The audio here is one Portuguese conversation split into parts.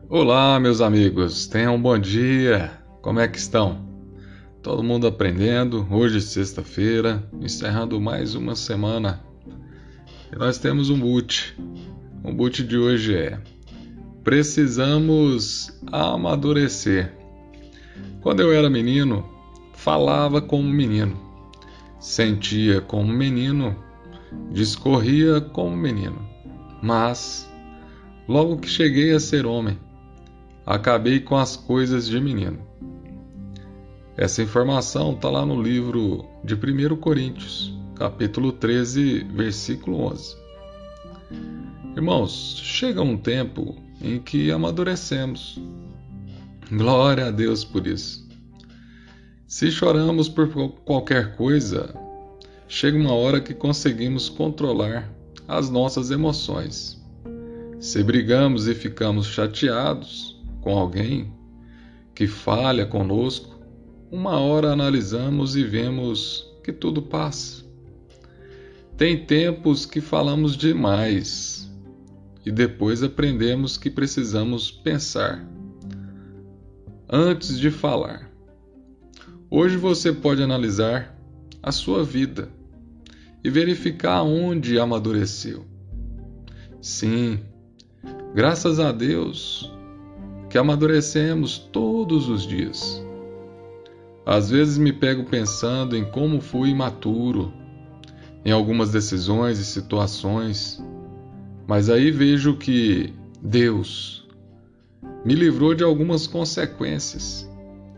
Olá, meus amigos, tenham um bom dia. Como é que estão? Todo mundo aprendendo. Hoje, sexta-feira, encerrando mais uma semana. E nós temos um boot. O boot de hoje é: precisamos amadurecer. Quando eu era menino, falava como menino, sentia como menino, discorria como menino. Mas, logo que cheguei a ser homem, acabei com as coisas de menino. Essa informação está lá no livro de 1 Coríntios, capítulo 13, versículo 11. Irmãos, chega um tempo em que amadurecemos. Glória a Deus por isso. Se choramos por qualquer coisa, chega uma hora que conseguimos controlar as nossas emoções. Se brigamos e ficamos chateados com alguém que falha conosco, uma hora analisamos e vemos que tudo passa. Tem tempos que falamos demais e depois aprendemos que precisamos pensar antes de falar. Hoje você pode analisar a sua vida e verificar onde amadureceu. Sim, graças a Deus que amadurecemos todos os dias. Às vezes me pego pensando em como fui imaturo em algumas decisões e situações, mas aí vejo que Deus me livrou de algumas consequências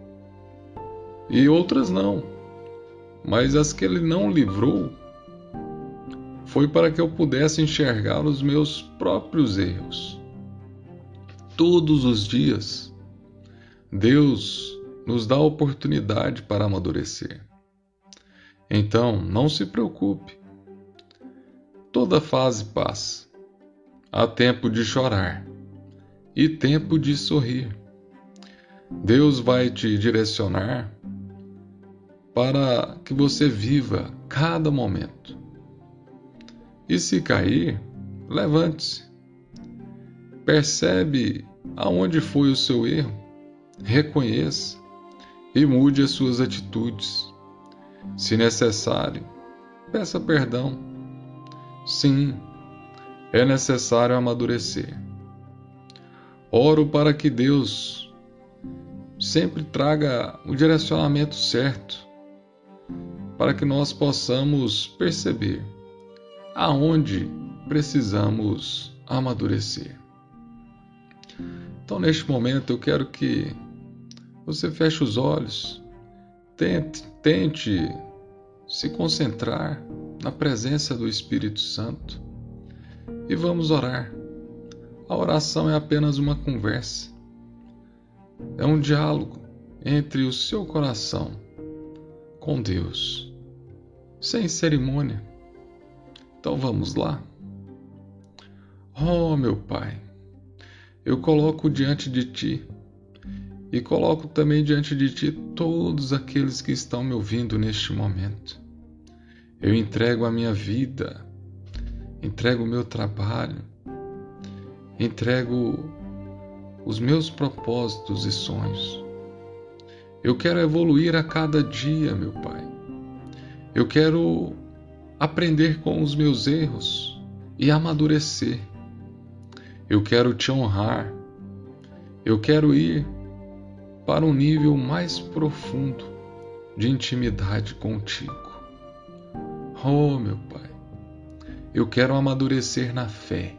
e outras não, mas as que Ele não livrou foi para que eu pudesse enxergar os meus próprios erros. Todos os dias, Deus nos dá a oportunidade para amadurecer. Então, não se preocupe. Toda fase passa. Há tempo de chorar e tempo de sorrir. Deus vai te direcionar para que você viva cada momento. E se cair, levante-se. Percebe aonde foi o seu erro, reconheça e mude as suas atitudes. Se necessário, peça perdão. Sim, é necessário amadurecer. Oro para que Deus sempre traga o direcionamento certo, para que nós possamos perceber aonde precisamos amadurecer. Então, neste momento, eu quero que você feche os olhos, tente se concentrar na presença do Espírito Santo e vamos orar. A oração é apenas uma conversa, é um diálogo entre o seu coração com Deus, sem cerimônia. Então vamos lá? Oh, meu Pai, eu coloco diante de Ti e coloco também diante de Ti todos aqueles que estão me ouvindo neste momento. Eu entrego a minha vida, entrego o meu trabalho, entrego os meus propósitos e sonhos. Eu quero evoluir a cada dia, meu Pai. Eu quero aprender com os meus erros e amadurecer. Eu quero Te honrar. Eu quero ir para um nível mais profundo de intimidade contigo. Oh, meu Pai, eu quero amadurecer na fé.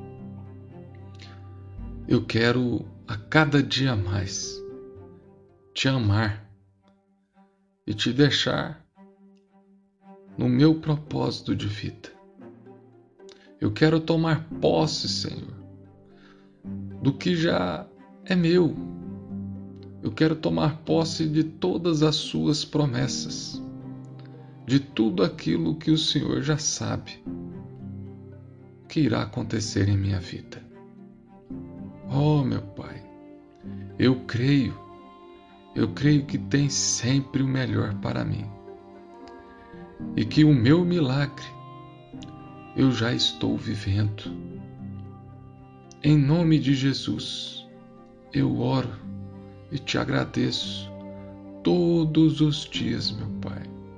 Eu quero a cada dia mais Te amar e Te deixar no meu propósito de vida. Eu quero tomar posse, Senhor, do que já é meu. Eu quero tomar posse de todas as Suas promessas, de tudo aquilo que o Senhor já sabe que irá acontecer em minha vida. Oh, meu Pai, eu creio que tem sempre o melhor para mim e que o meu milagre eu já estou vivendo. Em nome de Jesus, eu oro e te agradeço todos os dias, meu Pai.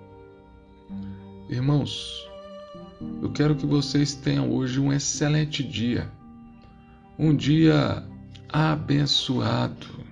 Irmãos, eu quero que vocês tenham hoje um excelente dia, um dia abençoado.